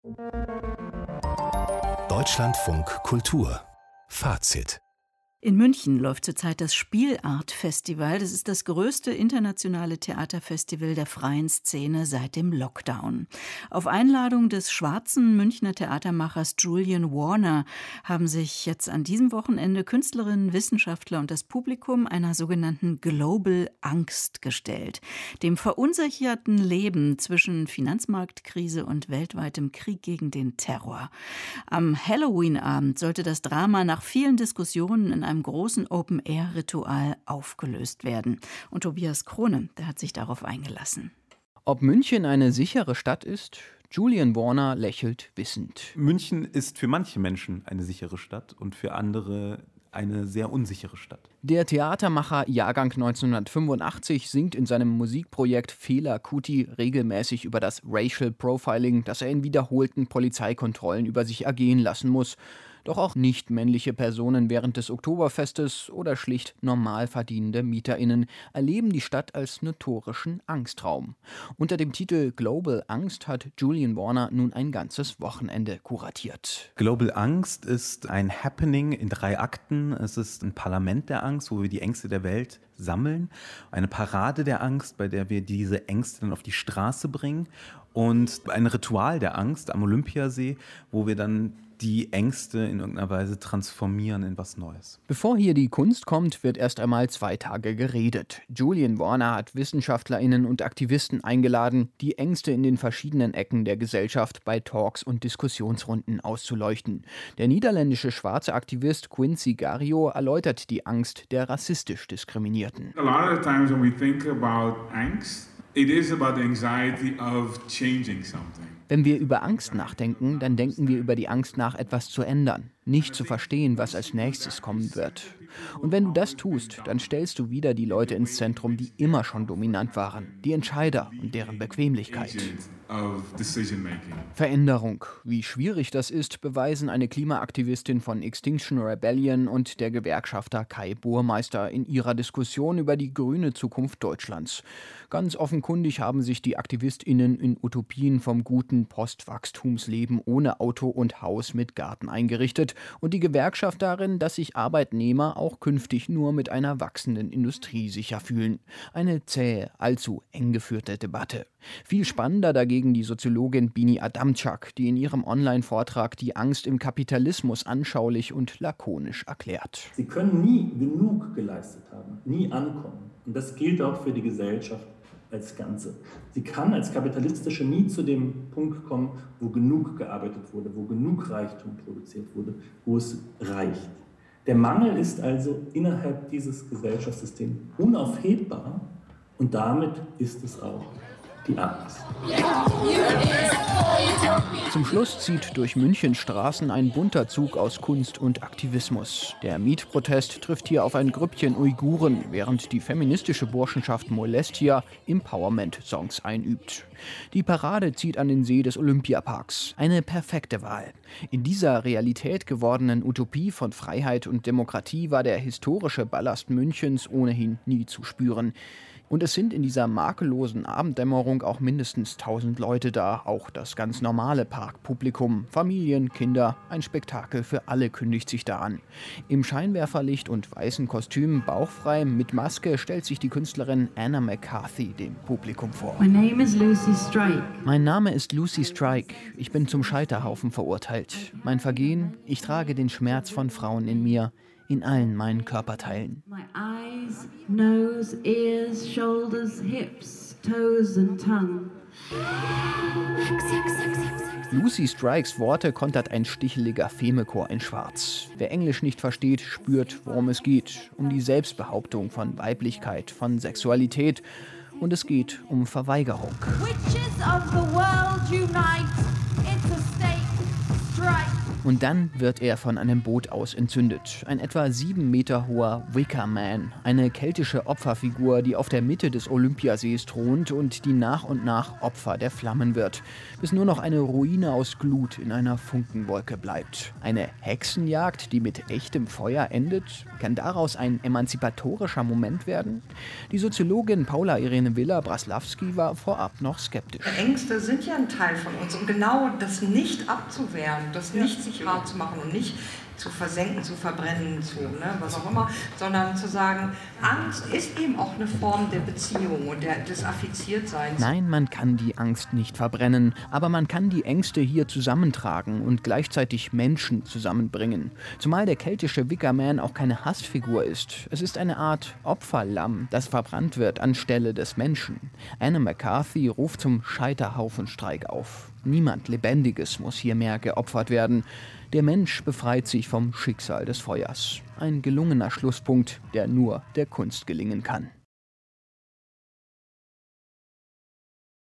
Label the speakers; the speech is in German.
Speaker 1: Deutschlandfunk Kultur Fazit.
Speaker 2: In München läuft zurzeit das Spielart-Festival. Das ist das größte internationale Theaterfestival der freien Szene seit dem Lockdown. Auf Einladung des schwarzen Münchner Theatermachers Julian Warner haben sich jetzt an diesem Wochenende Künstlerinnen, Wissenschaftler und das Publikum einer sogenannten Global Angst gestellt. Dem verunsicherten Leben zwischen Finanzmarktkrise und weltweitem Krieg gegen den Terror. Am Halloween-Abend sollte das Drama nach vielen Diskussionen in einem großen Open-Air-Ritual aufgelöst werden. Und Tobias Krone, der hat sich darauf eingelassen.
Speaker 3: Ob München eine sichere Stadt ist? Julian Warner lächelt wissend.
Speaker 4: München ist für manche Menschen eine sichere Stadt und für andere eine sehr unsichere Stadt.
Speaker 3: Der Theatermacher Jahrgang 1985 singt in seinem Musikprojekt Fela Kuti regelmäßig über das Racial Profiling, das er in wiederholten Polizeikontrollen über sich ergehen lassen muss. Doch auch nicht-männliche Personen während des Oktoberfestes oder schlicht normal verdienende MieterInnen erleben die Stadt als notorischen Angstraum. Unter dem Titel Global Angst hat Julian Warner nun ein ganzes Wochenende kuratiert.
Speaker 4: Global Angst ist ein Happening in 3 Akten. Es ist ein Parlament der Angst, wo wir die Ängste der Welt sammeln. Eine Parade der Angst, bei der wir diese Ängste dann auf die Straße bringen. Und ein Ritual der Angst am Olympiasee, wo wir dann die Ängste in irgendeiner Weise transformieren in was Neues.
Speaker 3: Bevor hier die Kunst kommt, wird erst einmal 2 Tage geredet. Julian Warner hat WissenschaftlerInnen und Aktivisten eingeladen, die Ängste in den verschiedenen Ecken der Gesellschaft bei Talks und Diskussionsrunden auszuleuchten. Der niederländische schwarze Aktivist Quincy Gario erläutert die Angst der rassistisch Diskriminierten.
Speaker 5: A lot of times when we think about angst, it is about the anxiety of changing something.
Speaker 3: Wenn wir über Angst nachdenken, dann denken wir über die Angst nach, etwas zu ändern, nicht zu verstehen, was als nächstes kommen wird. Und wenn du das tust, dann stellst du wieder die Leute ins Zentrum, die immer schon dominant waren, die Entscheider und deren Bequemlichkeit. Veränderung. Wie schwierig das ist, beweisen eine Klimaaktivistin von Extinction Rebellion und der Gewerkschafter Kai Burmeister in ihrer Diskussion über die grüne Zukunft Deutschlands. Ganz offenkundig haben sich die AktivistInnen in Utopien vom guten Postwachstumsleben ohne Auto und Haus mit Garten eingerichtet und die Gewerkschaft darin, dass sich Arbeitnehmer auch künftig nur mit einer wachsenden Industrie sicher fühlen. Eine zähe, allzu eng geführte Debatte. Viel spannender dagegen die Soziologin Bini Adamczak, die in ihrem Online-Vortrag die Angst im Kapitalismus anschaulich und lakonisch erklärt.
Speaker 6: Sie können nie genug geleistet haben, nie ankommen. Und das gilt auch für die Gesellschaft als Ganze. Sie kann als kapitalistische nie zu dem Punkt kommen, wo genug gearbeitet wurde, wo genug Reichtum produziert wurde, wo es reicht. Der Mangel ist also innerhalb dieses Gesellschaftssystems unaufhebbar und damit ist es auch die Angst.
Speaker 3: Zum Schluss zieht durch Münchens Straßen ein bunter Zug aus Kunst und Aktivismus. Der Mietprotest trifft hier auf ein Grüppchen Uiguren, während die feministische Burschenschaft Molestia Empowerment-Songs einübt. Die Parade zieht an den See des Olympiaparks. Eine perfekte Wahl. In dieser Realität gewordenen Utopie von Freiheit und Demokratie war der historische Ballast Münchens ohnehin nie zu spüren. Und es sind in dieser makellosen Abenddämmerung auch mindestens 1000 Leute da, auch das ganz normale Parkpublikum. Familien, Kinder, ein Spektakel für alle kündigt sich da an. Im Scheinwerferlicht und weißen Kostüm, bauchfrei, mit Maske, stellt sich die Künstlerin Anna McCarthy dem Publikum vor.
Speaker 7: My name is Lucy Strike.
Speaker 3: Mein Name ist Lucy Strike. Ich bin zum Scheiterhaufen verurteilt. Mein Vergehen, ich trage den Schmerz von Frauen in mir, in allen meinen Körperteilen.
Speaker 7: My eyes, nose, ears, shoulders, hips, toes and tongue.
Speaker 3: Lucy Strikes Worte kontert ein sticheliger Femechor in Schwarz. Wer Englisch nicht versteht, spürt, worum es geht. Um die Selbstbehauptung von Weiblichkeit, von Sexualität. Und es geht um Verweigerung.
Speaker 7: Witches of the world unite. It's a state strike.
Speaker 3: Und dann wird er von einem Boot aus entzündet. Ein etwa 7 Meter hoher Wicker Man, eine keltische Opferfigur, die auf der Mitte des Olympiasees thront und die nach und nach Opfer der Flammen wird, bis nur noch eine Ruine aus Glut in einer Funkenwolke bleibt. Eine Hexenjagd, die mit echtem Feuer endet? Kann daraus ein emanzipatorischer Moment werden? Die Soziologin Paula Irene Villa-Braslawski war vorab noch skeptisch.
Speaker 8: Ängste sind ja ein Teil von uns und genau das nicht abzuwehren, das nicht sich hart zu machen und nicht zu versenken, zu verbrennen, was auch immer, sondern zu sagen, Angst ist eben auch eine Form der Beziehung und des Affiziertseins.
Speaker 3: Nein, man kann die Angst nicht verbrennen, aber man kann die Ängste hier zusammentragen und gleichzeitig Menschen zusammenbringen. Zumal der keltische Wickerman auch keine Hassfigur ist. Es ist eine Art Opferlamm, das verbrannt wird anstelle des Menschen. Anna McCarthy ruft zum Scheiterhaufenstreik auf. Niemand Lebendiges muss hier mehr geopfert werden. Der Mensch befreit sich vom Schicksal des Feuers. Ein gelungener Schlusspunkt, der nur der Kunst gelingen kann.